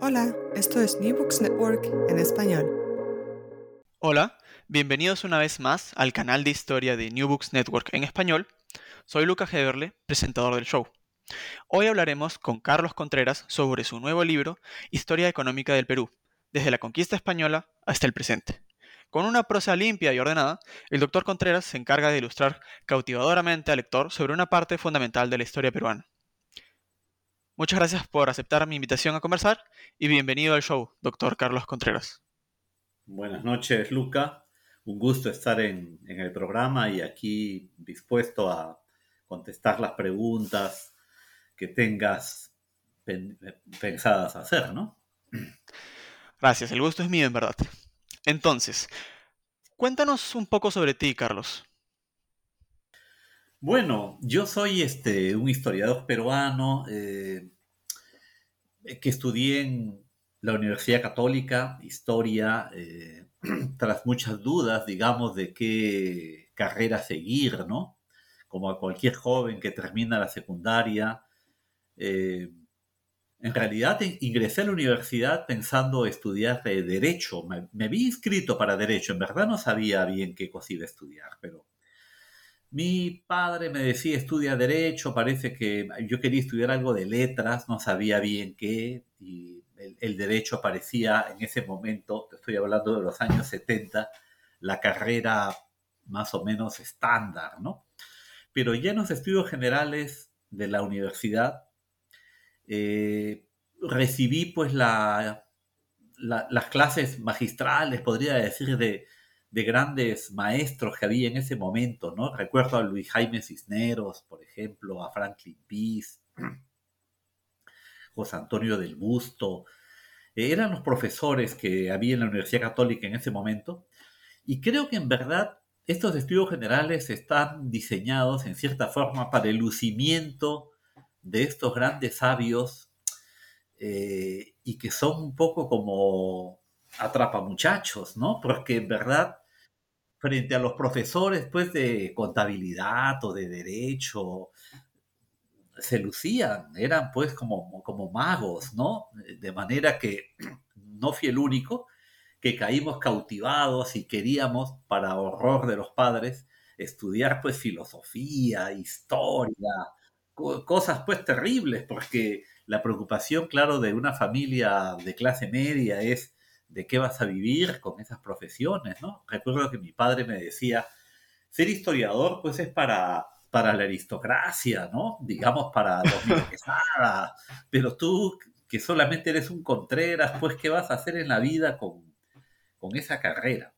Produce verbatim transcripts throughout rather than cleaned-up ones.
Hola, esto es New Books Network en español. Hola, bienvenidos una vez más al canal de historia de New Books Network en español. Soy Luca Heberle, presentador del show. Hoy hablaremos con Carlos Contreras sobre su nuevo libro, Historia Económica del Perú, desde la conquista española hasta el presente. Con una prosa limpia y ordenada, el doctor Contreras se encarga de ilustrar cautivadoramente al lector sobre una parte fundamental de la historia peruana. Muchas gracias por aceptar mi invitación a conversar y bienvenido al show, doctor Carlos Contreras. Buenas noches, Luca. Un gusto estar en, en el programa y aquí dispuesto a contestar las preguntas que tengas pen- pensadas hacer, ¿no? Gracias, el gusto es mío en verdad. Entonces, cuéntanos un poco sobre ti, Carlos. Bueno, yo soy este, un historiador peruano eh, que estudié en la Universidad Católica, historia, eh, tras muchas dudas, digamos, de qué carrera seguir, ¿no? Como a cualquier joven que termina la secundaria. eh, en realidad in- ingresé a la universidad pensando estudiar eh, derecho. Me, me había inscrito para derecho. En verdad no sabía bien qué cosa iba a estudiar, pero mi padre me decía estudia derecho. Parece que yo quería estudiar algo de letras, no sabía bien qué, y el, el derecho parecía en ese momento, te estoy hablando de los años setenta, la carrera más o menos estándar, ¿no? Pero ya en los estudios generales de la universidad eh, recibí pues la, la- las clases magistrales, podría decir, de, de grandes maestros que había en ese momento, ¿no? Recuerdo a Luis Jaime Cisneros, por ejemplo, a Franklin Pease, José Antonio del Busto. Eh, eran los profesores que había en la Universidad Católica en ese momento. Y creo que en verdad estos estudios generales están diseñados en cierta forma para el lucimiento de estos grandes sabios, eh, y que son un poco como atrapamuchachos, ¿no? Porque en verdad, frente a los profesores, pues, de contabilidad o de derecho, se lucían, eran pues como, como magos, ¿no? De manera que no fui el único que caímos cautivados y queríamos, para horror de los padres, estudiar pues filosofía, historia, co- cosas pues terribles, porque la preocupación, claro, de una familia de clase media es de qué vas a vivir con esas profesiones, ¿no? Recuerdo que mi padre me decía, ser historiador pues es para, para la aristocracia, ¿no? Digamos para Domingo Quesada, pero tú que solamente eres un Contreras, pues ¿qué vas a hacer en la vida con, con esa carrera?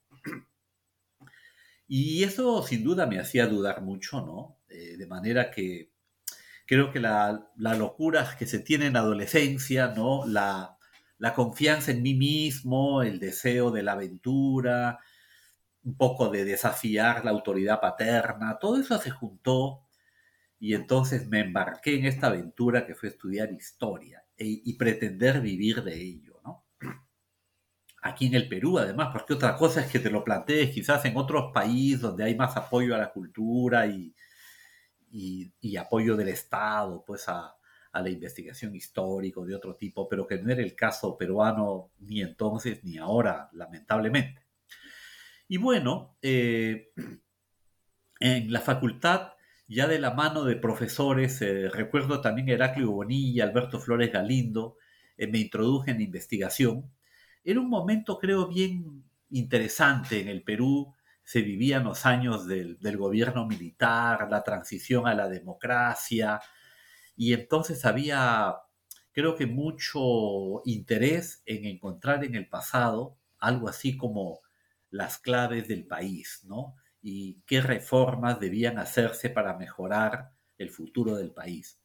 Y eso sin duda me hacía dudar mucho, ¿no? Eh, de manera que creo que la, la locura que se tiene en la adolescencia, ¿no? La, la confianza en mí mismo, el deseo de la aventura, un poco de desafiar la autoridad paterna, todo eso se juntó y entonces me embarqué en esta aventura que fue estudiar historia e- y pretender vivir de ello, ¿no? Aquí en el Perú, además, porque otra cosa es que te lo plantees quizás en otros países donde hay más apoyo a la cultura y, y- y apoyo del Estado, pues a, a la investigación histórica de otro tipo, pero que no era el caso peruano ni entonces ni ahora, lamentablemente. Y bueno, eh, en la facultad, ya de la mano de profesores, eh, recuerdo también Heraclio Bonilla, Alberto Flores Galindo, eh, me introduje en la investigación. Era un momento, creo, bien interesante en el Perú. Se vivían los años del, del gobierno militar, la transición a la democracia, y entonces había, creo que, mucho interés en encontrar en el pasado algo así como las claves del país, ¿no? Y qué reformas debían hacerse para mejorar el futuro del país.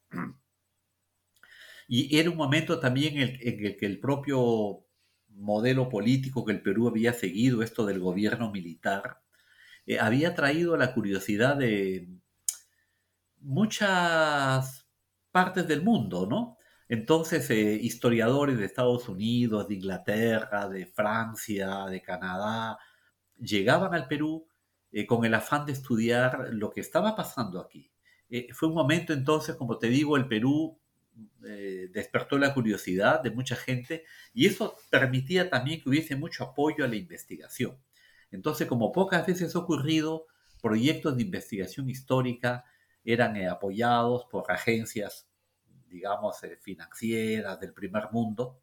Y era un momento también en el, en el que el propio modelo político que el Perú había seguido, esto del gobierno militar, eh, había traído la curiosidad de muchas partes del mundo, ¿no? Entonces, eh, historiadores de Estados Unidos, de Inglaterra, de Francia, de Canadá, llegaban al Perú eh, con el afán de estudiar lo que estaba pasando aquí. Eh, fue un momento entonces, como te digo, el Perú eh, despertó la curiosidad de mucha gente y eso permitía también que hubiese mucho apoyo a la investigación. Entonces, como pocas veces ha ocurrido, proyectos de investigación histórica eran eh, apoyados por agencias, digamos, eh, financieras del primer mundo.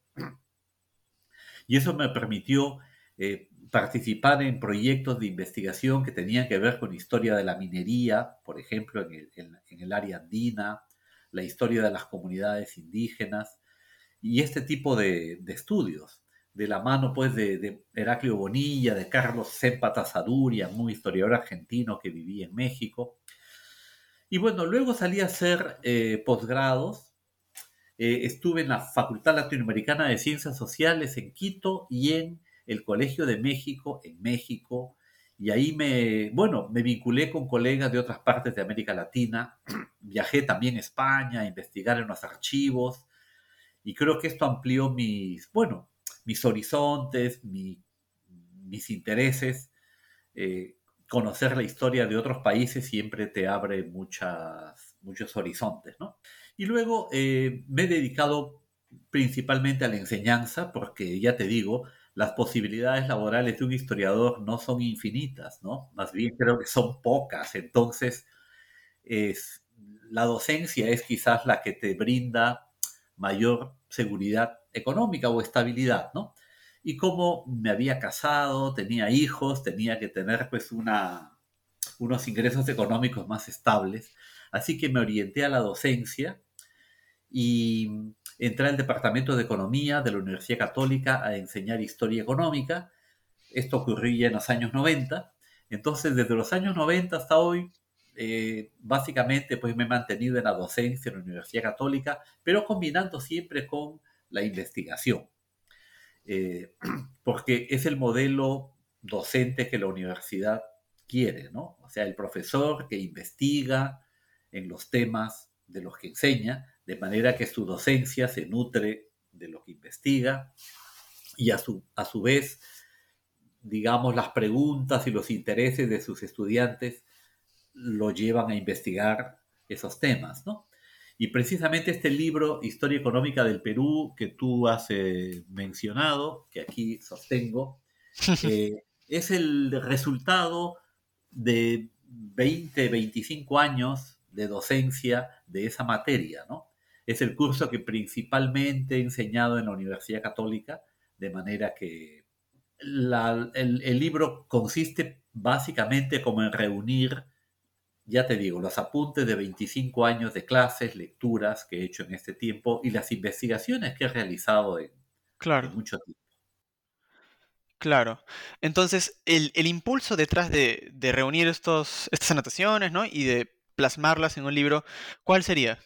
Y eso me permitió eh, participar en proyectos de investigación que tenían que ver con historia de la minería, por ejemplo, en el, en, en el área andina, la historia de las comunidades indígenas y este tipo de, de estudios, de la mano pues de, de Heraclio Bonilla, de Carlos Zempata Zaduria, un historiador argentino que vivía en México. Y bueno, luego salí a hacer eh, posgrados. Eh, estuve en la Facultad Latinoamericana de Ciencias Sociales en Quito y en el Colegio de México en México. Y ahí me, bueno, me vinculé con colegas de otras partes de América Latina. Viajé también a España a investigar en los archivos. Y creo que esto amplió mis, bueno, mis horizontes, mi, mis intereses. Eh, conocer la historia de otros países siempre te abre muchas, muchos horizontes, ¿no? Y luego eh, me he dedicado principalmente a la enseñanza, porque ya te digo, las posibilidades laborales de un historiador no son infinitas, ¿no? Más bien creo que son pocas. Entonces, es, la docencia es quizás la que te brinda mayor seguridad económica o estabilidad, ¿no? Y como me había casado, tenía hijos, tenía que tener pues una, unos ingresos económicos más estables, así que me orienté a la docencia y entré al Departamento de Economía de la Universidad Católica a enseñar historia económica. Esto ocurrió ya en los años noventa. Entonces, desde los años noventa hasta hoy, eh, básicamente pues me he mantenido en la docencia en la Universidad Católica, pero combinando siempre con la investigación, eh, porque es el modelo docente que la universidad quiere, ¿no? O sea, el profesor que investiga en los temas de los que enseña, de manera que su docencia se nutre de lo que investiga y a su, a su vez, digamos, las preguntas y los intereses de sus estudiantes lo llevan a investigar esos temas, ¿no? Y precisamente este libro, Historia Económica del Perú, que tú has eh, mencionado, que aquí sostengo, eh, es el resultado de veinte, veinticinco años de docencia de esa materia, ¿no? Es el curso que principalmente he enseñado en la Universidad Católica, de manera que la, el, el libro consiste básicamente como en reunir, ya te digo, los apuntes de veinticinco años de clases, lecturas que he hecho en este tiempo y las investigaciones que he realizado en, en Claro, mucho tiempo. claro. Entonces, el, el impulso detrás de, de reunir estos, estas anotaciones, ¿no? Y de plasmarlas en un libro, ¿cuál sería?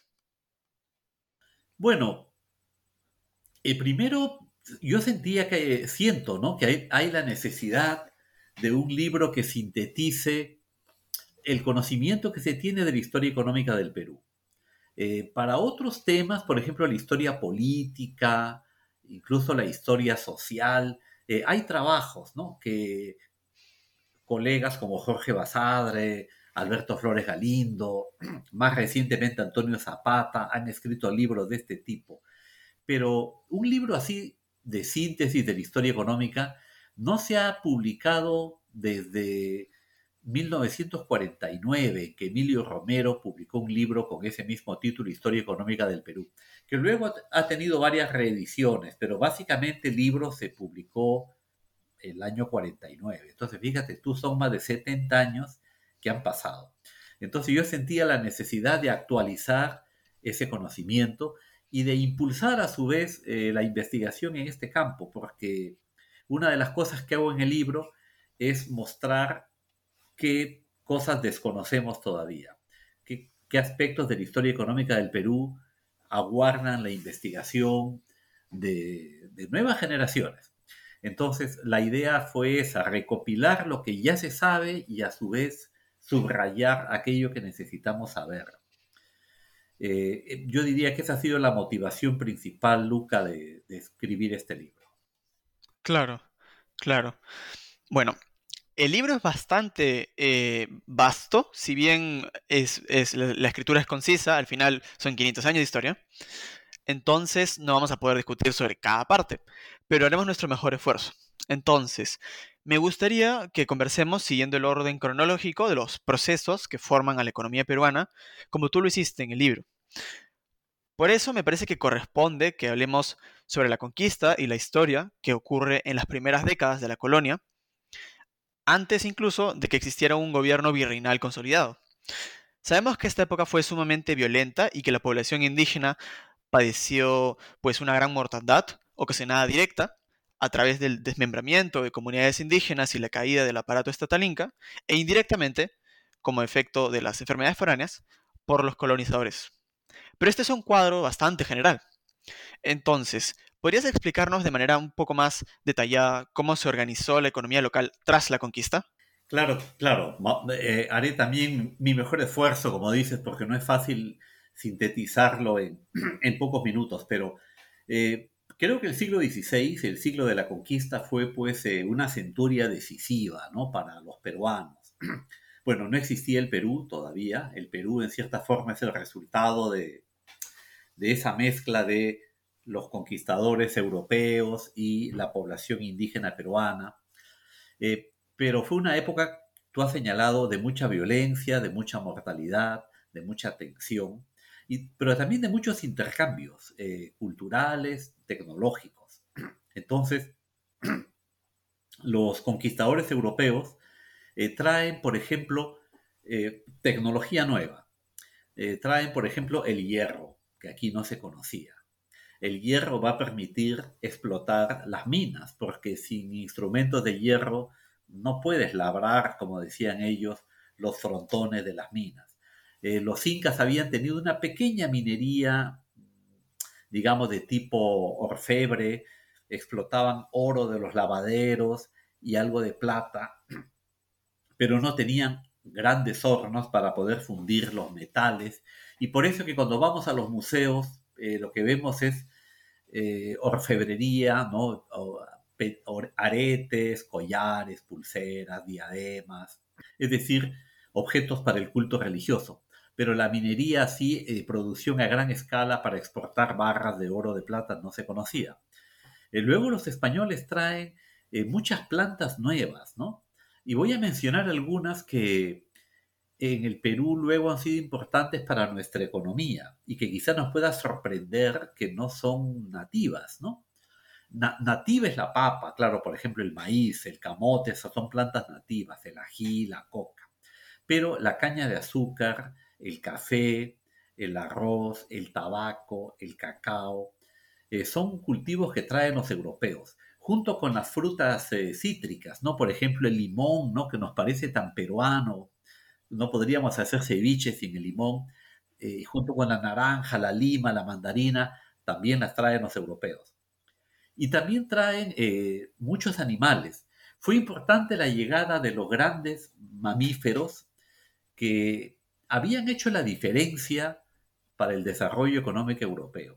Bueno, eh, primero yo sentía que, siento, ¿no? Que hay, hay la necesidad de un libro que sintetice el conocimiento que se tiene de la historia económica del Perú. Eh, para otros temas, por ejemplo, la historia política, incluso la historia social, eh, hay trabajos, ¿no? Que colegas como Jorge Basadre, Alberto Flores Galindo, más recientemente Antonio Zapata, han escrito libros de este tipo. Pero un libro así de síntesis de la historia económica no se ha publicado desde mil novecientos cuarenta y nueve, que Emilio Romero publicó un libro con ese mismo título, Historia Económica del Perú, que luego ha tenido varias reediciones, pero básicamente el libro se publicó el año cuarenta y nueve. Entonces, fíjate, tú son más de setenta años que han pasado. Entonces yo sentía la necesidad de actualizar ese conocimiento y de impulsar a su vez eh, la investigación en este campo, porque una de las cosas que hago en el libro es mostrar qué cosas desconocemos todavía, qué, qué aspectos de la historia económica del Perú aguardan la investigación de, de nuevas generaciones. Entonces, la idea fue esa, recopilar lo que ya se sabe y a su vez subrayar aquello que necesitamos saber. Eh, yo diría que esa ha sido la motivación principal, Luca, de, de escribir este libro. Claro, claro. Bueno, el libro es bastante eh, vasto, si bien es, es- la, la escritura es concisa, al final son quinientos años de historia. Entonces no vamos a poder discutir sobre cada parte, pero haremos nuestro mejor esfuerzo. Entonces, me gustaría que conversemos siguiendo el orden cronológico de los procesos que forman a la economía peruana, como tú lo hiciste en el libro. Por eso me parece que corresponde que hablemos sobre la conquista y la historia que ocurre en las primeras décadas de la colonia, antes incluso de que existiera un gobierno virreinal consolidado. Sabemos que esta época fue sumamente violenta y que la población indígena padeció pues una gran mortandad ocasionada directa a través del desmembramiento de comunidades indígenas y la caída del aparato estatal inca, e indirectamente, como efecto de las enfermedades foráneas, por los colonizadores. Pero este es un cuadro bastante general. Entonces, ¿podrías explicarnos de manera un poco más detallada cómo se organizó la economía local tras la conquista? Claro, claro. Ma- eh, haré también mi mejor esfuerzo, como dices, porque no es fácil sintetizarlo en, en pocos minutos, pero eh, creo que el siglo dieciséis, el siglo de la conquista, fue pues eh, una centuria decisiva, ¿no? Para los peruanos. Bueno, no existía el Perú todavía. El Perú, en cierta forma, es el resultado de, de esa mezcla de los conquistadores europeos y la población indígena peruana. Eh, pero fue una época, tú has señalado, de mucha violencia, de mucha mortalidad, de mucha tensión, y, pero también de muchos intercambios eh, culturales, tecnológicos. Entonces, los conquistadores europeos eh, traen, por ejemplo, eh, tecnología nueva. Eh, traen, por ejemplo, el hierro, que aquí no se conocía. El hierro va a permitir explotar las minas, porque sin instrumentos de hierro no puedes labrar, como decían ellos, los frontones de las minas. Eh, los incas habían tenido una pequeña minería, digamos, de tipo orfebre, explotaban oro de los lavaderos y algo de plata, pero no tenían grandes hornos para poder fundir los metales. Y por eso que cuando vamos a los museos, eh, lo que vemos es eh, orfebrería, ¿no? O, pe- or- aretes, collares, pulseras, diademas, es decir, objetos para el culto religioso. Pero la minería así, eh, producción a gran escala para exportar barras de oro de plata, no se conocía. Eh, luego los españoles traen eh, muchas plantas nuevas, ¿no? Y voy a mencionar algunas que en el Perú luego han sido importantes para nuestra economía y que quizá nos pueda sorprender que no son nativas, ¿no? Na- nativa es la papa, claro, por ejemplo, el maíz, el camote, esas son plantas nativas, el ají, la coca. Pero la caña de azúcar, el café, el arroz, el tabaco, el cacao, eh, son cultivos que traen los europeos, junto con las frutas eh, cítricas, ¿no? Por ejemplo, el limón, ¿no? Que nos parece tan peruano, no podríamos hacer ceviche sin el limón, eh, junto con la naranja, la lima, la mandarina, también las traen los europeos. Y también traen eh, muchos animales. Fue importante la llegada de los grandes mamíferos que habían hecho la diferencia para el desarrollo económico europeo.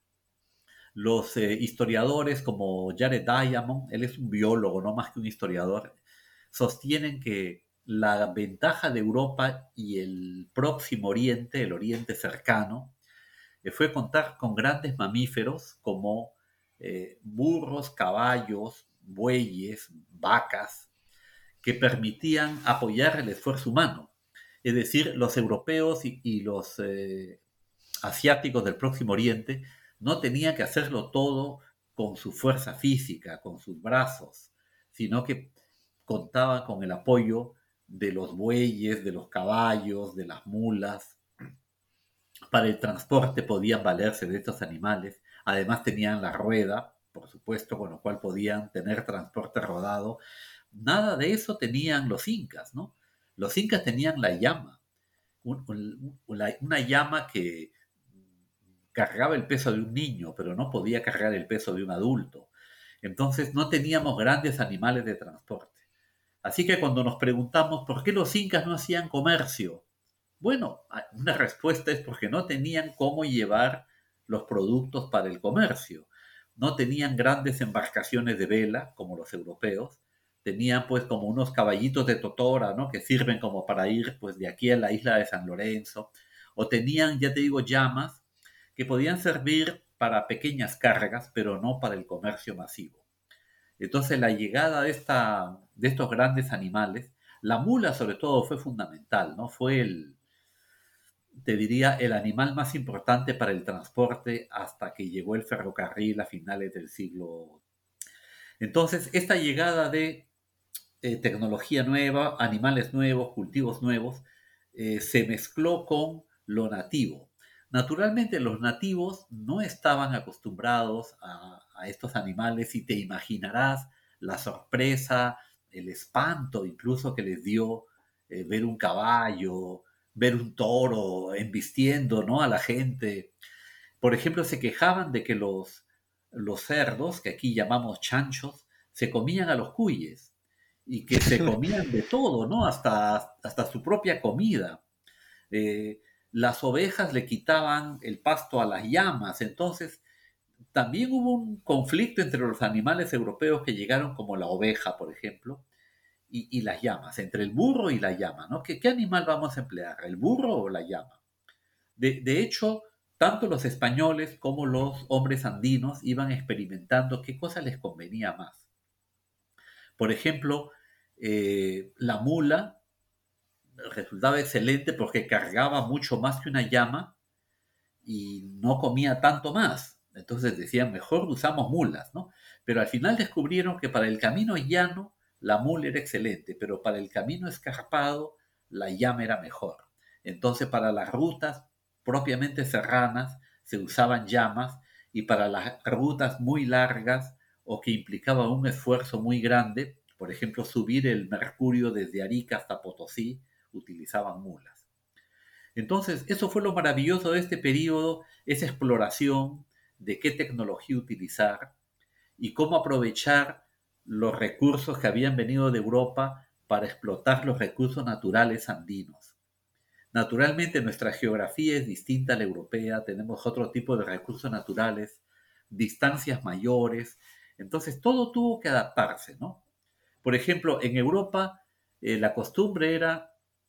Los eh, historiadores como Jared Diamond, él es un biólogo, no más que un historiador, sostienen que la ventaja de Europa y el próximo Oriente, el Oriente cercano, eh, fue contar con grandes mamíferos como eh, burros, caballos, bueyes, vacas, que permitían apoyar el esfuerzo humano. Es decir, los europeos y, y los eh, asiáticos del Próximo Oriente no tenían que hacerlo todo con su fuerza física, con sus brazos, sino que contaban con el apoyo de los bueyes, de los caballos, de las mulas. Para el transporte podían valerse de estos animales. Además tenían la rueda, por supuesto, con lo cual podían tener transporte rodado. Nada de eso tenían los incas, ¿no? Los incas tenían la llama, un- un- una una llama que cargaba el peso de un niño, pero no podía cargar el peso de un adulto. Entonces no teníamos grandes animales de transporte. Así que cuando nos preguntamos por qué los incas no hacían comercio, bueno, una respuesta es porque no tenían cómo llevar los productos para el comercio. No tenían grandes embarcaciones de vela como los europeos. Tenían pues como unos caballitos de totora, ¿no? Que sirven como para ir pues de aquí a la isla de San Lorenzo. O tenían, ya te digo, llamas que podían servir para pequeñas cargas, pero no para el comercio masivo. Entonces la llegada de, esta, de estos grandes animales, la mula sobre todo fue fundamental, ¿no? Fue el, te diría, el animal más importante para el transporte hasta que llegó el ferrocarril a finales del siglo. Entonces, esta llegada de eh, tecnología nueva, animales nuevos, cultivos nuevos, eh, se mezcló con lo nativo. Naturalmente los nativos no estaban acostumbrados a, a estos animales y te imaginarás la sorpresa, el espanto incluso que les dio eh, ver un caballo, ver un toro embistiendo, ¿no?, a la gente. Por ejemplo, se quejaban de que los, los cerdos, que aquí llamamos chanchos, se comían a los cuyes y que se comían de todo, ¿no? Hasta, hasta su propia comida. Eh, las ovejas le quitaban el pasto a las llamas, entonces también hubo un conflicto entre los animales europeos que llegaron, como la oveja, por ejemplo, y, y las llamas, entre el burro y la llama, ¿no? ¿Qué, qué animal vamos a emplear, el burro o la llama? De, de hecho, tanto los españoles como los hombres andinos iban experimentando qué cosa les convenía más. Por ejemplo, eh, la mula resultaba excelente porque cargaba mucho más que una llama y no comía tanto más. Entonces decían, mejor usamos mulas, ¿no? Pero al final descubrieron que para el camino llano la mula era excelente, pero para el camino escarpado la llama era mejor. Entonces para las rutas propiamente serranas se usaban llamas y para las rutas muy largas o que implicaban un esfuerzo muy grande, por ejemplo subir el Mercurio desde Arica hasta Potosí, utilizaban mulas. Entonces, eso fue lo maravilloso de este periodo, esa exploración de qué tecnología utilizar y cómo aprovechar los recursos que habían venido de Europa para explotar los recursos naturales andinos. Naturalmente, nuestra geografía es distinta a la europea, tenemos otro tipo de recursos naturales, distancias mayores, entonces todo tuvo que adaptarse, ¿no? Por ejemplo, en Europa eh, la costumbre era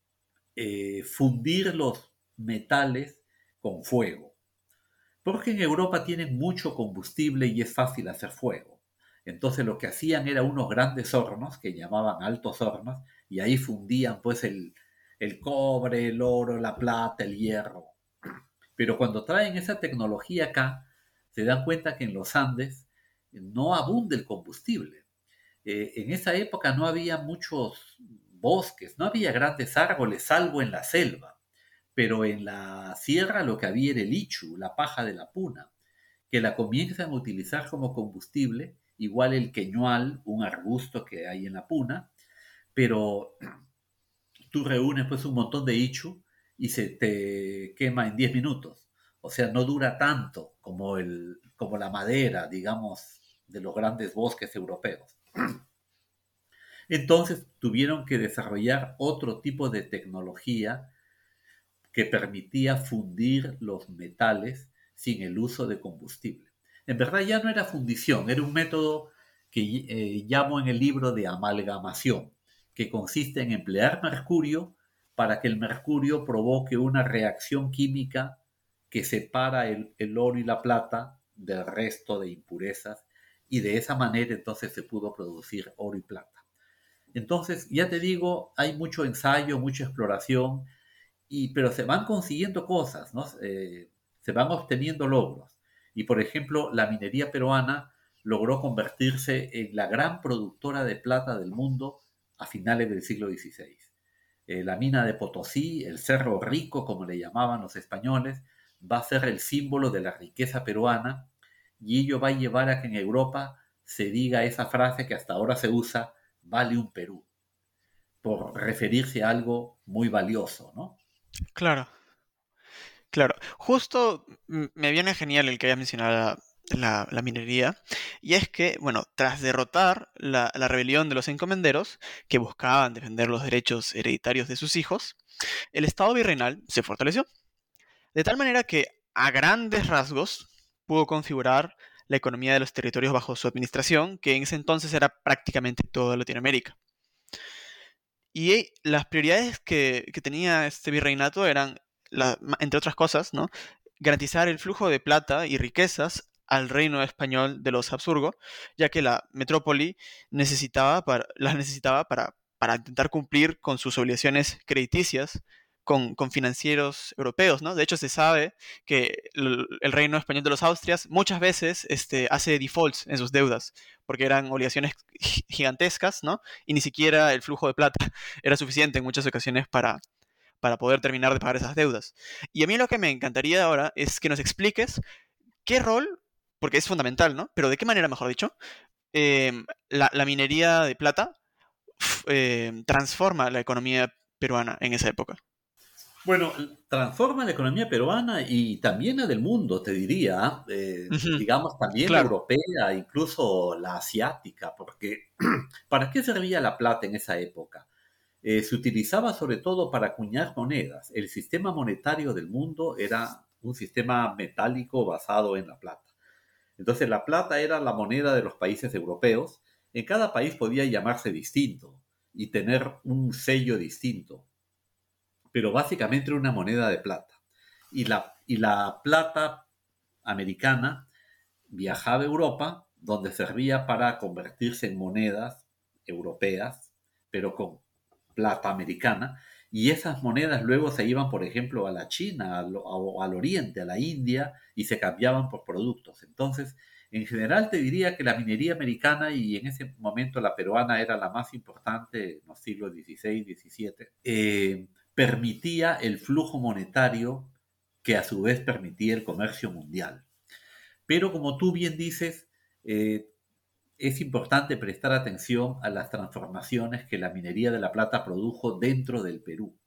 eh, fundir los metales con fuego. Porque en Europa tienen mucho combustible y es fácil hacer fuego. Entonces lo que hacían era unos grandes hornos que llamaban altos hornos y ahí fundían pues el, el cobre, el oro, la plata, el hierro. Pero cuando traen esa tecnología acá, se dan cuenta que en los Andes no abunda el combustible. Eh, en esa época no había muchos bosques, no había grandes árboles, salvo en la selva, pero en la sierra lo que había era el ichu, la paja de la puna, que la comienzan a utilizar como combustible, igual el queñual, un arbusto que hay en la puna, pero tú reúnes pues un montón de ichu y se te quema en diez minutos. O sea, no dura tanto como, el, como la madera, digamos, de los grandes bosques europeos. Entonces tuvieron que desarrollar otro tipo de tecnología que permitía fundir los metales sin el uso de combustible. En verdad ya no era fundición, era un método que eh, llamo en el libro de amalgamación, que consiste en emplear mercurio para que el mercurio provoque una reacción química que separa el, el oro y la plata del resto de impurezas y de esa manera entonces se pudo producir oro y plata. Entonces, ya te digo, hay mucho ensayo, mucha exploración, y, pero se van consiguiendo cosas, ¿no? Eh, se van obteniendo logros. Y, por ejemplo, la minería peruana logró convertirse en la gran productora de plata del mundo a finales del siglo dieciséis. Eh, la mina de Potosí, el Cerro Rico, como le llamaban los españoles, va a ser el símbolo de la riqueza peruana y ello va a llevar a que en Europa se diga esa frase que hasta ahora se usa, vale un Perú, por referirse a algo muy valioso, ¿no? Claro, claro. Justo mm, me viene genial el que hayas mencionado la, la- la minería. Y es que, bueno, tras derrotar la, la rebelión de los encomenderos, que buscaban defender los derechos hereditarios de sus hijos, el Estado virreinal se fortaleció. De tal manera que, a grandes rasgos, pudo configurar la economía de los territorios bajo su administración, que en ese entonces era prácticamente toda Latinoamérica. Y eh, las prioridades que, que tenía este virreinato eran, la- ma- entre otras cosas, ¿no? garantizar el flujo de plata y riquezas al reino español de los Habsburgo, ya que la metrópoli necesitaba para, las necesitaba para, para intentar cumplir con sus obligaciones crediticias con, con financieros europeos, ¿no? De hecho, se sabe que el, el reino español de los Austrias muchas veces este, hace defaults en sus deudas, porque eran obligaciones gi- gigantescas, ¿no? Y ni siquiera el flujo de plata era suficiente en muchas ocasiones para, para poder terminar de pagar esas deudas. Y a mí lo que me encantaría ahora es que nos expliques qué rol, porque es fundamental, ¿no? Pero de qué manera, mejor dicho, eh, la, la minería de plata f- eh, transforma la economía peruana en esa época. Bueno, transforma la economía peruana y también la del mundo, te diría, eh, Ujú, digamos también la claro. europea, incluso la asiática, porque ¿para qué servía la plata en esa época? Eh, se utilizaba sobre todo para acuñar monedas. El sistema monetario del mundo era un sistema metálico basado en la plata. Entonces la plata era la moneda de los países europeos. En cada país podía llamarse distinto y tener un sello distinto, pero básicamente era una moneda de plata. Y la, y la plata americana viajaba a Europa, donde servía para convertirse en monedas europeas, pero con plata americana, y esas monedas luego se iban, por ejemplo, a la China, al, a- al Oriente, a la India, y se cambiaban por productos. Entonces, en general te diría que la minería americana, y en ese momento la peruana era la más importante en los siglos dieciséis, diecisiete, eh, permitía el flujo monetario que a su vez permitía el comercio mundial. Pero como tú bien dices, eh, es importante prestar atención a las transformaciones que la minería de la plata produjo dentro del Perú.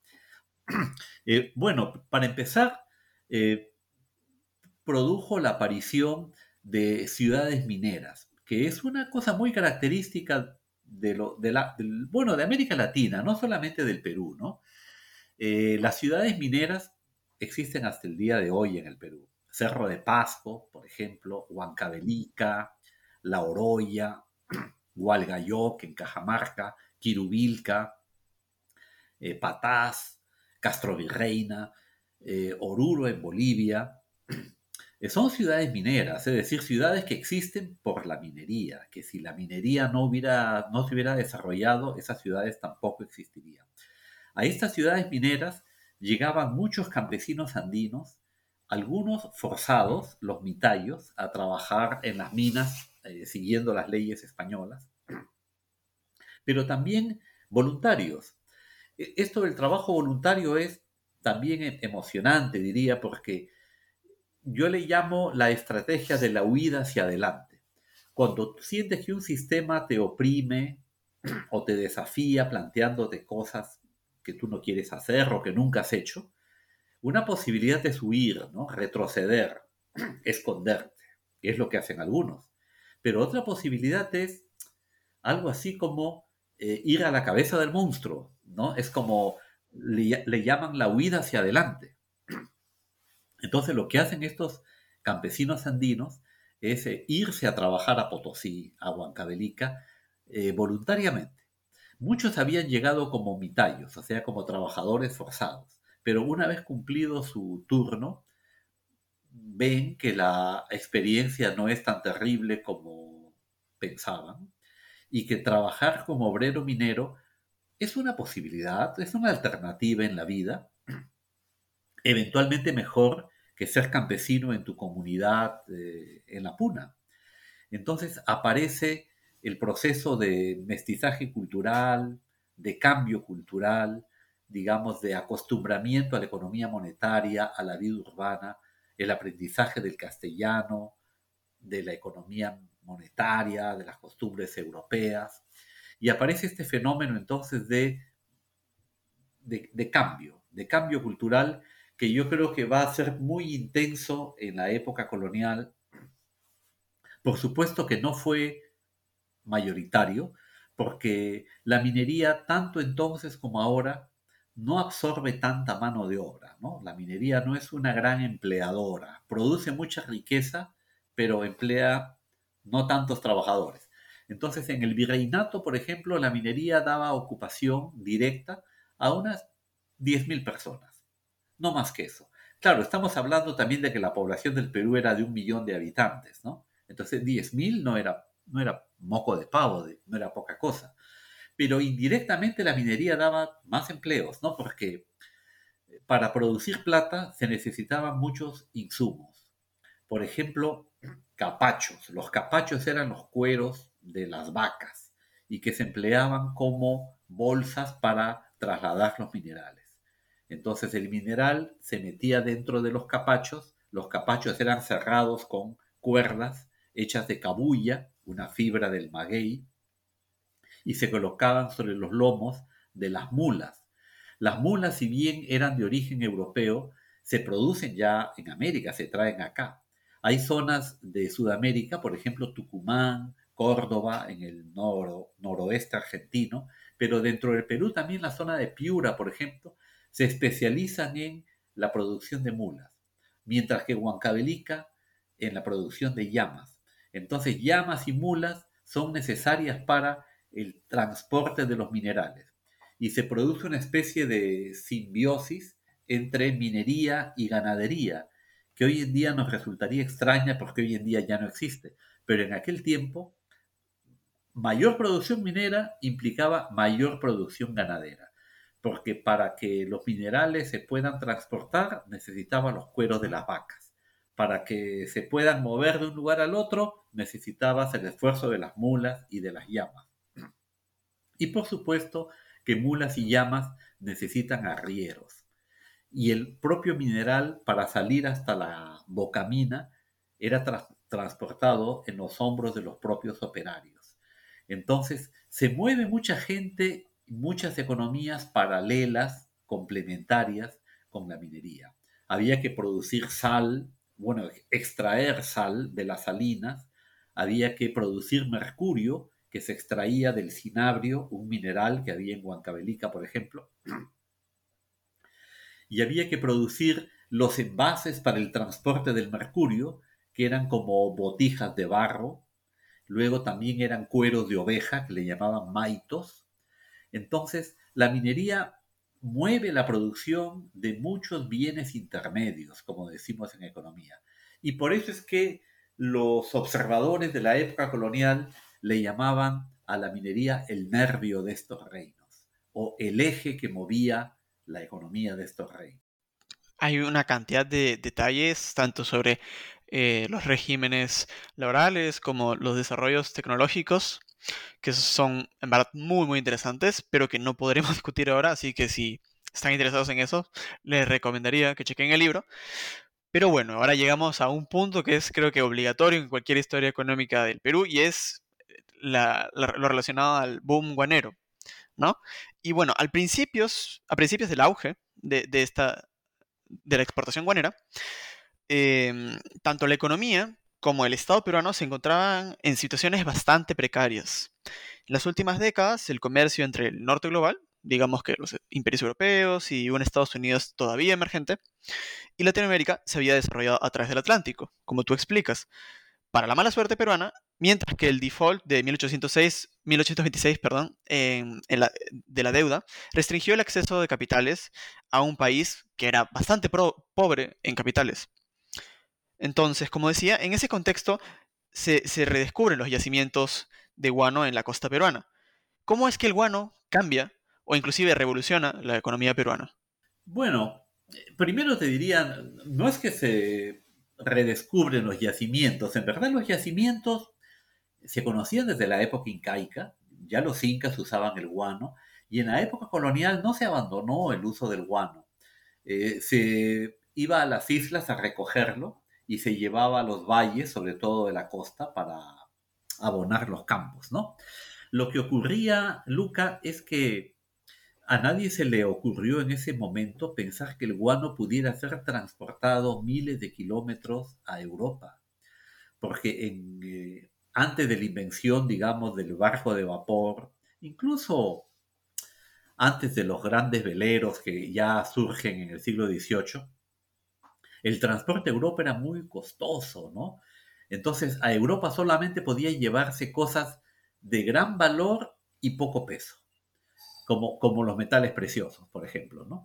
Eh, bueno, para empezar, eh, produjo la aparición de ciudades mineras, que es una cosa muy característica de, lo, de la, del, bueno, de América Latina, no solamente del Perú, ¿no? Eh, las ciudades mineras existen hasta el día de hoy en el Perú. Cerro de Pasco, por ejemplo, Huancavelica, La Oroya, Hualgayoc en Cajamarca, Quirubilca, eh, Patás, Castrovirreina, eh, Oruro en Bolivia. Eh, son ciudades mineras, es decir, ciudades que existen por la minería, que si la minería no, hubiera, no se hubiera desarrollado, esas ciudades tampoco existirían. A estas ciudades mineras llegaban muchos campesinos andinos, algunos forzados, los mitayos, a trabajar en las minas eh, siguiendo las leyes españolas, pero también voluntarios. E- Esto del trabajo voluntario es también e- emocionante, diría, porque yo le llamo la estrategia de la huida hacia adelante. Cuando sientes que un sistema te oprime o te desafía planteándote cosas que tú no quieres hacer o que nunca has hecho, una posibilidad es huir, ¿no? Retroceder, esconderte, que es lo que hacen algunos. Pero otra posibilidad es algo así como eh, ir a la cabeza del monstruo, ¿no? Es como le, le llaman la huida hacia adelante. Entonces lo que hacen estos campesinos andinos es eh, irse a trabajar a Potosí, a Huancavelica, eh, voluntariamente. Muchos habían llegado como mitayos, o sea, como trabajadores forzados, pero una vez cumplido su turno, ven que la experiencia no es tan terrible como pensaban y que trabajar como obrero minero es una posibilidad, es una alternativa en la vida, eventualmente mejor que ser campesino en tu comunidad eh, en la puna. Entonces aparece el proceso de mestizaje cultural, de cambio cultural, digamos, de acostumbramiento a la economía monetaria, a la vida urbana, el aprendizaje del castellano, de la economía monetaria, de las costumbres europeas. Y aparece este fenómeno entonces de, de, de cambio, de cambio cultural que yo creo que va a ser muy intenso en la época colonial. Por supuesto que no fue mayoritario, porque la minería, tanto entonces como ahora, no absorbe tanta mano de obra, ¿no? La minería no es una gran empleadora, produce mucha riqueza, pero emplea no tantos trabajadores. Entonces, en el virreinato, por ejemplo, la minería daba ocupación directa a unas diez mil personas, no más que eso. Claro, estamos hablando también de que la población del Perú era de un millón de habitantes, ¿no? Entonces diez mil no era, no era moco de pavo, de- no era poca cosa. Pero indirectamente la minería daba más empleos, ¿no? Porque para producir plata se necesitaban muchos insumos. Por ejemplo, capachos. Los capachos eran los cueros de las vacas y que se empleaban como bolsas para trasladar los minerales. Entonces el mineral se metía dentro de los capachos, los capachos eran cerrados con cuerdas hechas de cabuya, una fibra del maguey, y se colocaban sobre los lomos de las mulas. Las mulas, si bien eran de origen europeo, se producen ya en América, se traen acá. Hay zonas de Sudamérica, por ejemplo Tucumán, Córdoba, en el noro, noroeste argentino, pero dentro del Perú también la zona de Piura, por ejemplo, se especializan en la producción de mulas, mientras que Huancavelica en la producción de llamas. Entonces llamas y mulas son necesarias para el transporte de los minerales y se produce una especie de simbiosis entre minería y ganadería, que hoy en día nos resultaría extraña porque hoy en día ya no existe, pero en aquel tiempo mayor producción minera implicaba mayor producción ganadera, porque para que los minerales se puedan transportar necesitaban los cueros de las vacas. Para que se puedan mover de un lugar al otro necesitabas el esfuerzo de las mulas y de las llamas. Y por supuesto que mulas y llamas necesitan arrieros. Y el propio mineral para salir hasta la bocamina era tras- transportado en los hombros de los propios operarios. Entonces se mueve mucha gente, muchas economías paralelas, complementarias con la minería. Había que producir sal, bueno, extraer sal de las salinas, había que producir mercurio que se extraía del cinabrio, un mineral que había en Huancavelica, por ejemplo, y había que producir los envases para el transporte del mercurio, que eran como botijas de barro, luego también eran cueros de oveja, que le llamaban maitos. Entonces, la minería mueve la producción de muchos bienes intermedios, como decimos en economía. Y por eso es que los observadores de la época colonial le llamaban a la minería el nervio de estos reinos, o el eje que movía la economía de estos reinos. Hay una cantidad de detalles, tanto sobre eh, los regímenes laborales como los desarrollos tecnológicos, que son en verdad muy, muy interesantes, pero que no podremos discutir ahora, así que si están interesados en eso, les recomendaría que chequen el libro. Pero bueno, ahora llegamos a un punto que es creo que obligatorio en cualquier historia económica del Perú y es la- la- lo relacionado al boom guanero, ¿no? Y bueno, al principios, a principios del auge de, de esta, de la exportación guanera, em, tanto la economía como el Estado peruano se encontraban en situaciones bastante precarias. En las últimas décadas, el comercio entre el norte global, digamos que los imperios europeos y un Estados Unidos todavía emergente, y Latinoamérica se había desarrollado a través del Atlántico, como tú explicas, para la mala suerte peruana, mientras que el default de mil ochocientos seis, mil ochocientos veintiséis perdón, en- en la- de la deuda restringió el acceso de capitales a un país que era bastante pro- pobre en capitales. Entonces, como decía, en ese contexto se, se redescubren los yacimientos de guano en la costa peruana. ¿Cómo es que el guano cambia o inclusive revoluciona la economía peruana? Bueno, eh, primero te diría, no es que se redescubren los yacimientos, en verdad los yacimientos se conocían desde la época incaica, ya los incas usaban el guano, y en la época colonial no se abandonó el uso del guano. Eh, se iba a las islas a recogerlo y se llevaba a los valles, sobre todo de la costa, para abonar los campos, ¿no? Lo que ocurría, Luca, es que a nadie se le ocurrió en ese momento pensar que el guano pudiera ser transportado miles de kilómetros a Europa, porque en, eh, antes de la invención, digamos, del barco de vapor, incluso antes de los grandes veleros que ya surgen en el siglo dieciocho, el transporte a Europa era muy costoso, ¿no? Entonces a Europa solamente podía llevarse cosas de gran valor y poco peso, como, como los metales preciosos, por ejemplo, ¿no?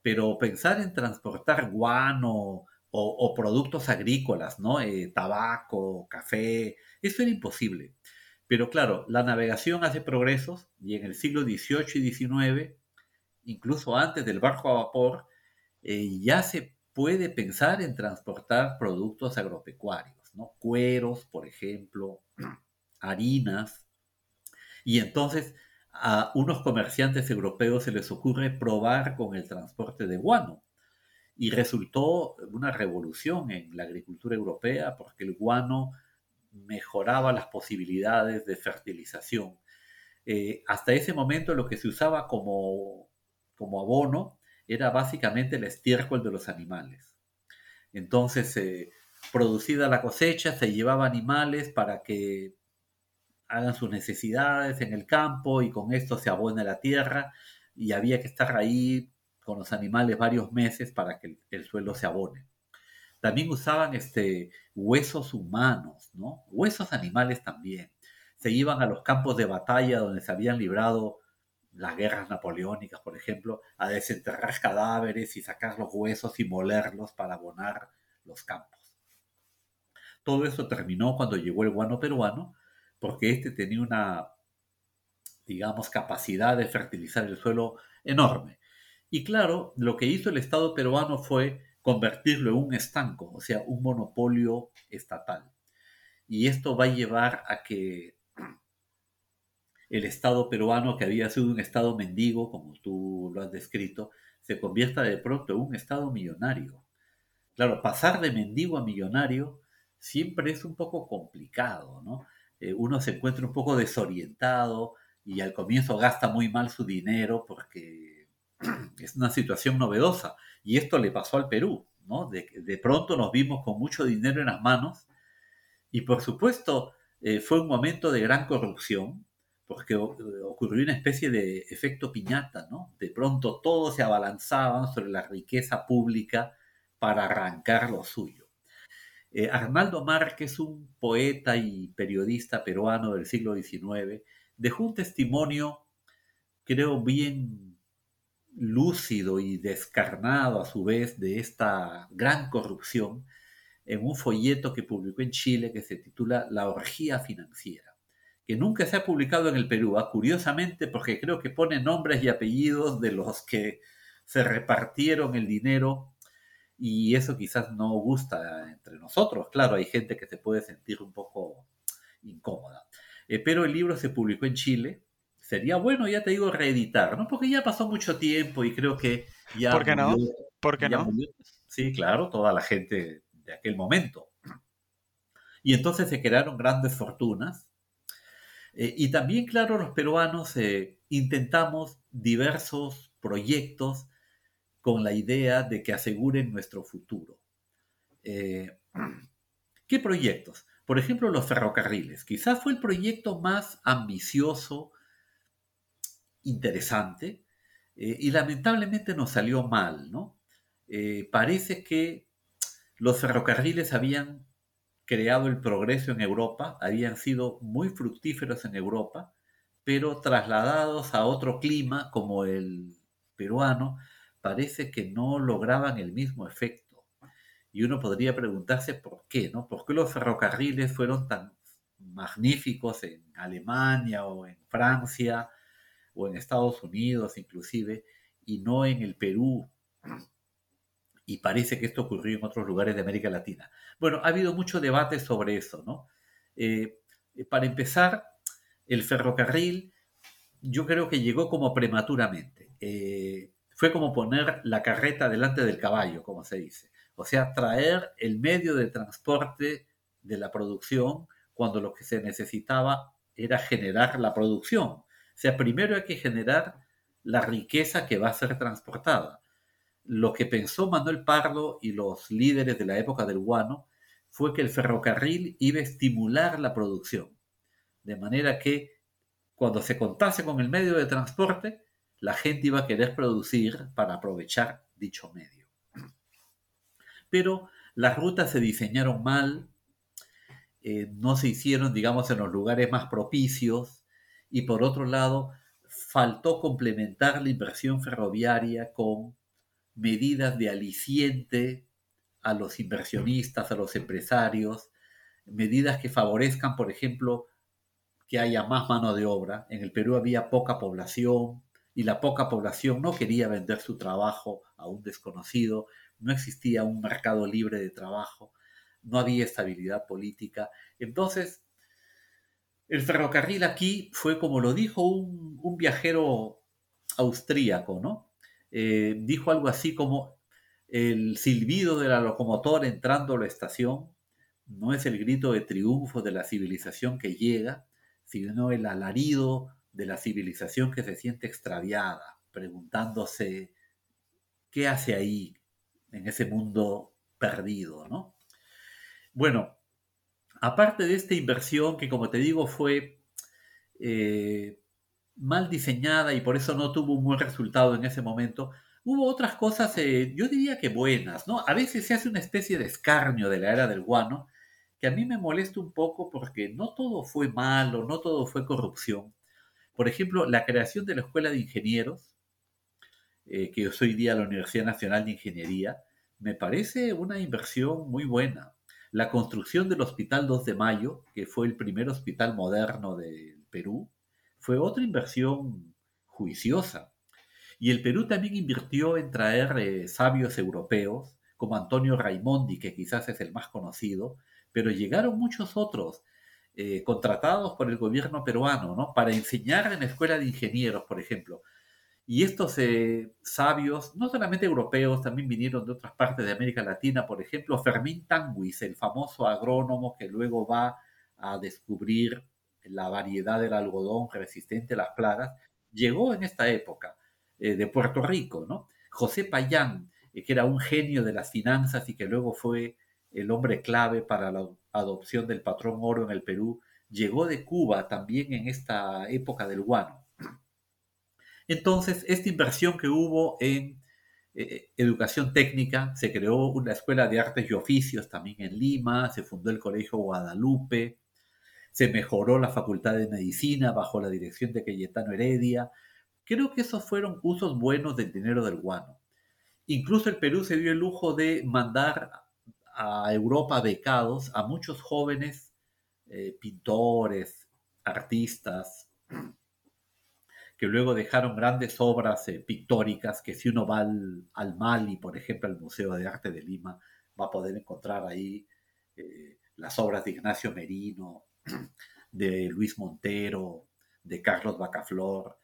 pero pensar en transportar guano o, o productos agrícolas, ¿no? Eh, tabaco, café, eso era imposible. Pero claro, la navegación hace progresos y en el siglo dieciocho y diecinueve, incluso antes del barco a vapor, eh, ya se puede pensar en transportar productos agropecuarios, ¿no? Cueros, por ejemplo, harinas. Y entonces a unos comerciantes europeos se les ocurre probar con el transporte de guano. Y resultó una revolución en la agricultura europea porque el guano mejoraba las posibilidades de fertilización. Eh, hasta ese momento lo que se usaba como, como abono era básicamente el estiércol de los animales. Entonces, eh, producida la cosecha, se llevaba animales para que hagan sus necesidades en el campo y con esto se abona la tierra y había que estar ahí con los animales varios meses para que el, el suelo se abone. También usaban este, huesos humanos, ¿no? Huesos animales también. Se iban a los campos de batalla donde se habían librado las guerras napoleónicas, por ejemplo, a desenterrar cadáveres y sacar los huesos y molerlos para abonar los campos. Todo eso terminó cuando llegó el guano peruano, porque este tenía una, digamos, capacidad de fertilizar el suelo enorme. Y claro, lo que hizo el Estado peruano fue convertirlo en un estanco, o sea, un monopolio estatal. Y esto va a llevar a que el Estado peruano, que había sido un Estado mendigo, como tú lo has descrito, se convierta de pronto en un Estado millonario. Claro, pasar de mendigo a millonario siempre es un poco complicado, ¿no? Eh, uno se encuentra un poco desorientado y al comienzo gasta muy mal su dinero porque es una situación novedosa. Y esto le pasó al Perú, ¿no? De, de pronto nos vimos con mucho dinero en las manos y por supuesto eh, fue un momento de gran corrupción porque o- ocurrió una especie de efecto piñata, ¿no? De pronto todos se abalanzaban sobre la riqueza pública para arrancar lo suyo. Eh, Arnaldo Márquez, un poeta y periodista peruano del siglo diecinueve, dejó un testimonio, creo, bien lúcido y descarnado a su vez de esta gran corrupción en un folleto que publicó en Chile que se titula La orgía financiera, que nunca se ha publicado en el Perú, ¿ah? Curiosamente porque creo que pone nombres y apellidos de los que se repartieron el dinero y eso quizás no gusta entre nosotros. Claro, hay gente que se puede sentir un poco incómoda. Eh, pero el libro se publicó en Chile. Sería bueno, ya te digo, reeditar, ¿no? Porque ya pasó mucho tiempo y creo que ya ¿Por qué murió, no? ¿Por qué ya no? murió. Sí, claro, toda la gente de aquel momento. Y entonces se crearon grandes fortunas. Eh, y también, claro, los peruanos eh, intentamos diversos proyectos con la idea de que aseguren nuestro futuro. Eh, ¿Qué proyectos? Por ejemplo, los ferrocarriles. Quizás fue el proyecto más ambicioso, interesante, eh, y lamentablemente nos salió mal, ¿no? Eh, parece que los ferrocarriles habían creado el progreso en Europa, habían sido muy fructíferos en Europa, pero trasladados a otro clima como el peruano, parece que no lograban el mismo efecto. Y uno podría preguntarse por qué, ¿no? ¿Por qué los ferrocarriles fueron tan magníficos en Alemania o en Francia o en Estados Unidos inclusive y no en el Perú? Y parece que esto ocurrió en otros lugares de América Latina. Bueno, ha habido mucho debate sobre eso, ¿no? Eh, para empezar, el ferrocarril yo creo que llegó como prematuramente. Eh, fue como poner la carreta delante del caballo, como se dice. O sea, traer el medio de transporte de la producción cuando lo que se necesitaba era generar la producción. O sea, primero hay que generar la riqueza que va a ser transportada. Lo que pensó Manuel Pardo y los líderes de la época del guano fue que el ferrocarril iba a estimular la producción, de manera que cuando se contase con el medio de transporte, la gente iba a querer producir para aprovechar dicho medio. Pero las rutas se diseñaron mal, eh, no se hicieron, digamos, en los lugares más propicios y por otro lado, faltó complementar la inversión ferroviaria con medidas de aliciente a los inversionistas, a los empresarios, medidas que favorezcan, por ejemplo, que haya más mano de obra. En el Perú había poca población y la poca población no quería vender su trabajo a un desconocido, no existía un mercado libre de trabajo, no había estabilidad política. Entonces, el ferrocarril aquí fue, como lo dijo un, un viajero austríaco, ¿no? Eh, dijo algo así como el silbido de la locomotora entrando a la estación no es el grito de triunfo de la civilización que llega, sino el alarido de la civilización que se siente extraviada, preguntándose qué hace ahí en ese mundo perdido, ¿no? Bueno, aparte de esta inversión que, como te digo, fue eh, mal diseñada y por eso no tuvo un buen resultado en ese momento, hubo otras cosas, eh, yo diría que buenas, ¿no? A veces se hace una especie de escarnio de la era del guano, que a mí me molesta un poco porque no todo fue malo, no todo fue corrupción. Por ejemplo, la creación de la Escuela de Ingenieros, eh, que es hoy día la Universidad Nacional de Ingeniería, me parece una inversión muy buena. La construcción del Hospital dos de Mayo, que fue el primer hospital moderno del Perú, fue otra inversión juiciosa. Y el Perú también invirtió en traer eh, sabios europeos, como Antonio Raimondi, que quizás es el más conocido, pero llegaron muchos otros eh, contratados por el gobierno peruano, ¿no? Para enseñar en la escuela de ingenieros, por ejemplo. Y estos eh, sabios, no solamente europeos, también vinieron de otras partes de América Latina, por ejemplo, Fermín Tanguis, el famoso agrónomo que luego va a descubrir la variedad del algodón resistente a las plagas, llegó en esta época eh, de Puerto Rico, ¿no? José Payán, eh, que era un genio de las finanzas y que luego fue el hombre clave para la adopción del patrón oro en el Perú, llegó de Cuba también en esta época del guano. Entonces, esta inversión que hubo en eh, educación técnica, se creó una escuela de artes y oficios también en Lima, se fundó el Colegio Guadalupe, se mejoró la Facultad de Medicina bajo la dirección de Cayetano Heredia. Creo que esos fueron usos buenos del dinero del guano. Incluso el Perú se dio el lujo de mandar a Europa becados a muchos jóvenes eh, pintores, artistas, que luego dejaron grandes obras eh, pictóricas que si uno va al, al Mali, por ejemplo, al Museo de Arte de Lima, va a poder encontrar ahí eh, las obras de Ignacio Merino, de Luis Montero, de Carlos Bacaflor,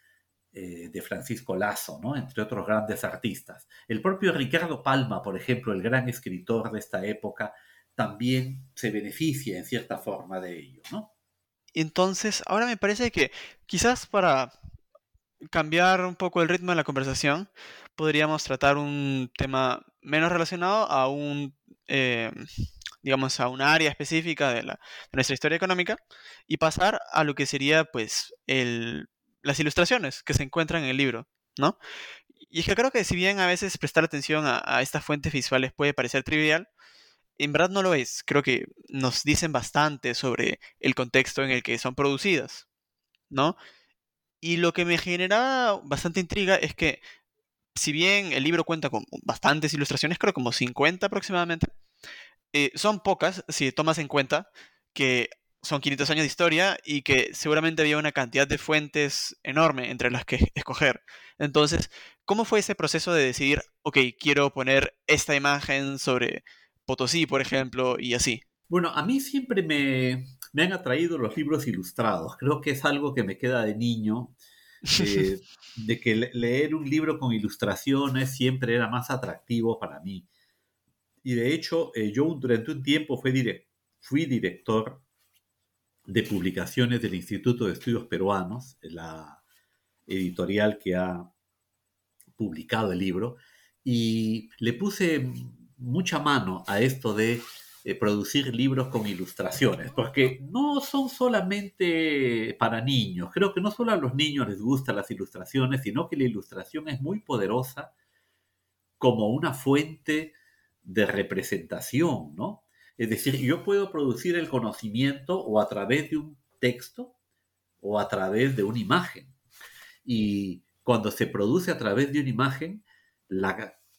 eh, de Francisco Lazo, ¿no? Entre otros grandes artistas. El propio Ricardo Palma, por ejemplo, el gran escritor de esta época, también se beneficia en cierta forma de ello, ¿no? Entonces, ahora me parece que quizás para cambiar un poco el ritmo de la conversación, podríamos tratar un tema menos relacionado a un, eh, digamos, a un área específica de, la, de nuestra historia económica y pasar a lo que sería, pues, el, las ilustraciones que se encuentran en el libro, ¿no? Y es que creo que si bien a veces prestar atención a, a estas fuentes visuales puede parecer trivial, en verdad no lo es. Creo que nos dicen bastante sobre el contexto en el que son producidas, ¿no? Y lo que me genera bastante intriga es que, si bien el libro cuenta con bastantes ilustraciones, creo como cincuenta aproximadamente, eh, son pocas si tomas en cuenta que son quinientos años de historia y que seguramente había una cantidad de fuentes enorme entre las que escoger. Entonces, ¿cómo fue ese proceso de decidir, ok, quiero poner esta imagen sobre Potosí, por ejemplo, y así? Bueno, a mí siempre me, me han atraído los libros ilustrados. Creo que es algo que me queda de niño, eh, de que le- leer un libro con ilustraciones siempre era más atractivo para mí. Y de hecho, eh, yo durante un tiempo fui, direc- fui director de publicaciones del Instituto de Estudios Peruanos, la editorial que ha publicado el libro, y le puse mucha mano a esto de eh, producir libros con ilustraciones, porque no son solamente para niños, creo que no solo a los niños les gustan las ilustraciones, sino que la ilustración es muy poderosa como una fuente de representación, ¿no? Es decir, yo puedo producir el conocimiento o a través de un texto o a través de una imagen. Y cuando se produce a través de una imagen, la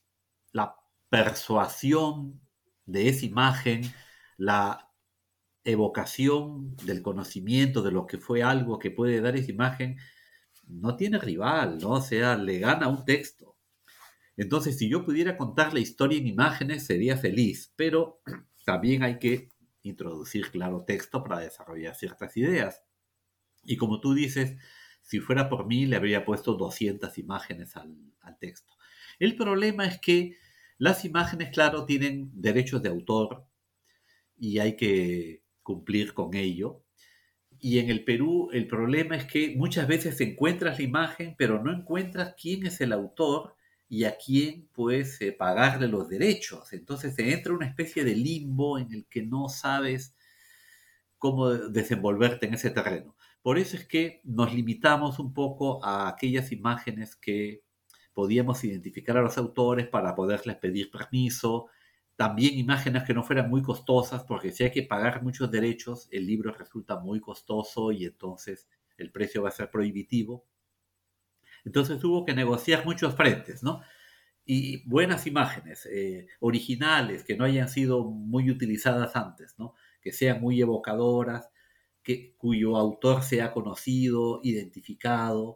persuasión de esa imagen, la evocación del conocimiento de lo que fue algo que puede dar esa imagen, no tiene rival, ¿no? O sea, le gana un texto. Entonces, si yo pudiera contar la historia en imágenes, sería feliz, pero también hay que introducir claro texto para desarrollar ciertas ideas. Y como tú dices, si fuera por mí, le habría puesto doscientas imágenes al, al texto. El problema es que las imágenes, claro, tienen derechos de autor y hay que cumplir con ello. Y en el Perú el problema es que muchas veces encuentras la imagen, pero no encuentras quién es el autor y a quién puedes eh, pagarle los derechos. Entonces te entra una especie de limbo en el que no sabes cómo desenvolverte en ese terreno. Por eso es que nos limitamos un poco a aquellas imágenes que podíamos identificar a los autores para poderles pedir permiso. También imágenes que no fueran muy costosas, porque si hay que pagar muchos derechos, el libro resulta muy costoso y entonces el precio va a ser prohibitivo. Entonces hubo que negociar muchos frentes, ¿no? Y buenas imágenes, eh, originales, que no hayan sido muy utilizadas antes, ¿no? Que sean muy evocadoras, que, cuyo autor sea conocido, identificado,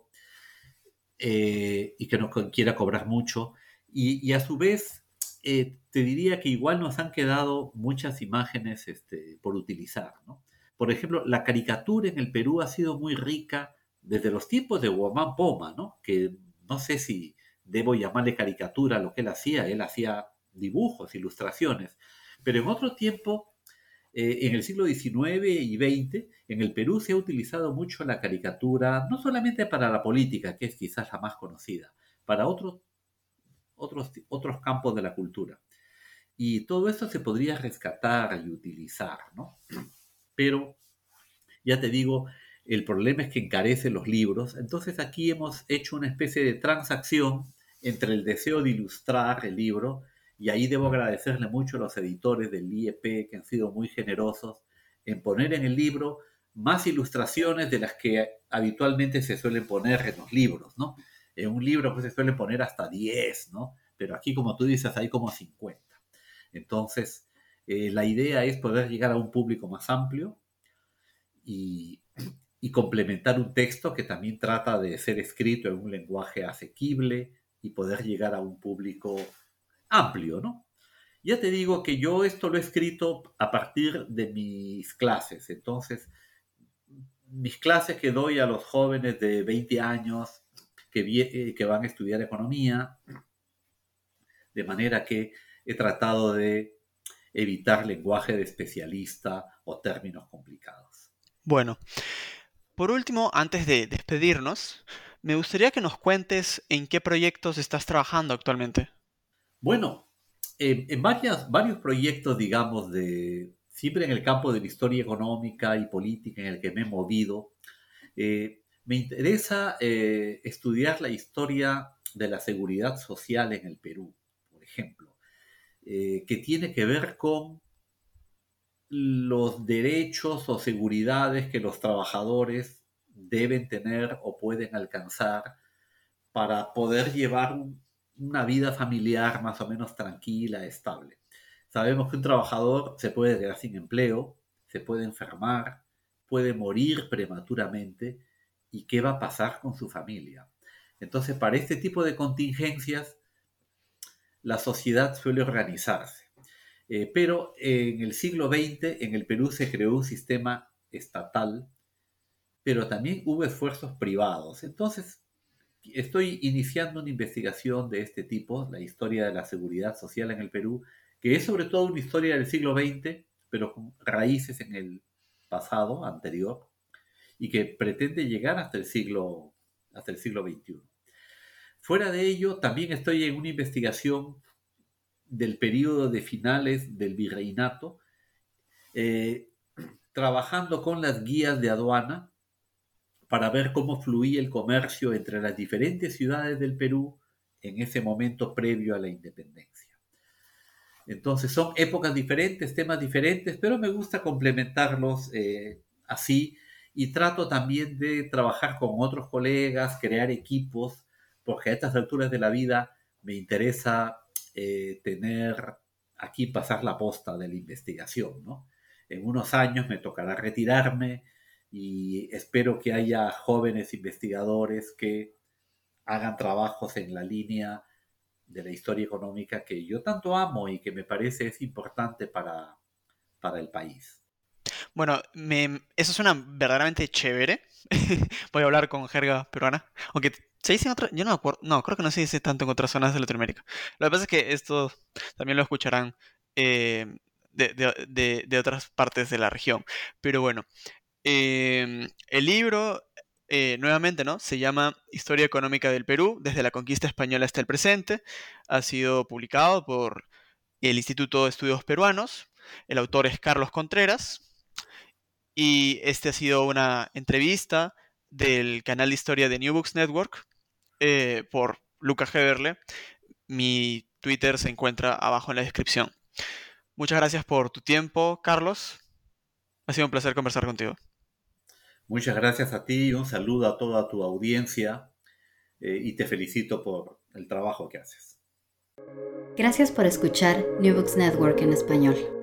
eh, y que no quiera cobrar mucho. Y, y a su vez, eh, te diría que igual nos han quedado muchas imágenes este, por utilizar, ¿no? Por ejemplo, la caricatura en el Perú ha sido muy rica desde los tiempos de Guamán Poma, ¿no? Que no sé si debo llamarle caricatura a lo que él hacía, él hacía dibujos, ilustraciones, pero en otro tiempo, eh, en el siglo diecinueve y veinte, en el Perú se ha utilizado mucho la caricatura, no solamente para la política, que es quizás la más conocida, para otros, otros, otros campos de la cultura. Y todo esto se podría rescatar y utilizar, ¿no? Pero, ya te digo, el problema es que encarece los libros. Entonces aquí hemos hecho una especie de transacción entre el deseo de ilustrar el libro, y ahí debo agradecerle mucho a los editores del I E P que han sido muy generosos en poner en el libro más ilustraciones de las que habitualmente se suelen poner en los libros, ¿no? En un libro pues se suelen poner hasta diez, ¿no? Pero aquí, como tú dices, hay como cincuenta. Entonces, eh, la idea es poder llegar a un público más amplio y, y complementar un texto que también trata de ser escrito en un lenguaje asequible y poder llegar a un público amplio, ¿no? Ya te digo que yo esto lo he escrito a partir de mis clases. Entonces, mis clases que doy a los jóvenes de veinte años que, vie- que van a estudiar economía, de manera que he tratado de evitar lenguaje de especialista o términos complicados. Bueno, por último, antes de despedirnos, me gustaría que nos cuentes en qué proyectos estás trabajando actualmente. Bueno, en, en varias, varios proyectos, digamos, de siempre en el campo de la historia económica y política en el que me he movido, eh, me interesa eh, estudiar la historia de la seguridad social en el Perú, por ejemplo, eh, que tiene que ver con los derechos o seguridades que los trabajadores deben tener o pueden alcanzar para poder llevar un- una vida familiar más o menos tranquila, estable. Sabemos que un trabajador se puede quedar sin empleo, se puede enfermar, puede morir prematuramente, y qué va a pasar con su familia. Entonces, para este tipo de contingencias, la sociedad suele organizarse. Eh, pero en el siglo veinte en el Perú se creó un sistema estatal, pero también hubo esfuerzos privados. Entonces, estoy iniciando una investigación de este tipo, la historia de la seguridad social en el Perú, que es sobre todo una historia del siglo veinte, pero con raíces en el pasado anterior, y que pretende llegar hasta el siglo, hasta el siglo veintiuno. Fuera de ello, también estoy en una investigación del periodo de finales del virreinato, eh, trabajando con las guías de aduana para ver cómo fluía el comercio entre las diferentes ciudades del Perú en ese momento previo a la independencia. Entonces son épocas diferentes, temas diferentes, pero me gusta complementarlos eh, así, y trato también de trabajar con otros colegas, crear equipos, porque a estas alturas de la vida me interesa eh, tener aquí pasar la posta de la investigación, ¿no? En unos años me tocará retirarme y espero que haya jóvenes investigadores que hagan trabajos en la línea de la historia económica que yo tanto amo y que me parece es importante para, para el país. Bueno, me, eso suena verdaderamente chévere. Voy a hablar con jerga peruana. Aunque se dice en otra. Yo no me acuerdo. No, creo que no se dice tanto en otras zonas de Latinoamérica. Lo que pasa es que esto también lo escucharán eh, de, de- de- de otras partes de la región. Pero bueno, eh, el libro, eh, nuevamente, ¿no? Se llama Historia Económica del Perú, desde la conquista española hasta el presente. Ha sido publicado por el Instituto de Estudios Peruanos. El autor es Carlos Contreras. Y este ha sido una entrevista del canal de historia de New Books Network eh, por Luca Heberle. Mi Twitter se encuentra abajo en la descripción. Muchas gracias por tu tiempo, Carlos. Ha sido un placer conversar contigo. Muchas gracias a ti, un saludo a toda tu audiencia eh, y te felicito por el trabajo que haces. Gracias por escuchar New Books Network en español.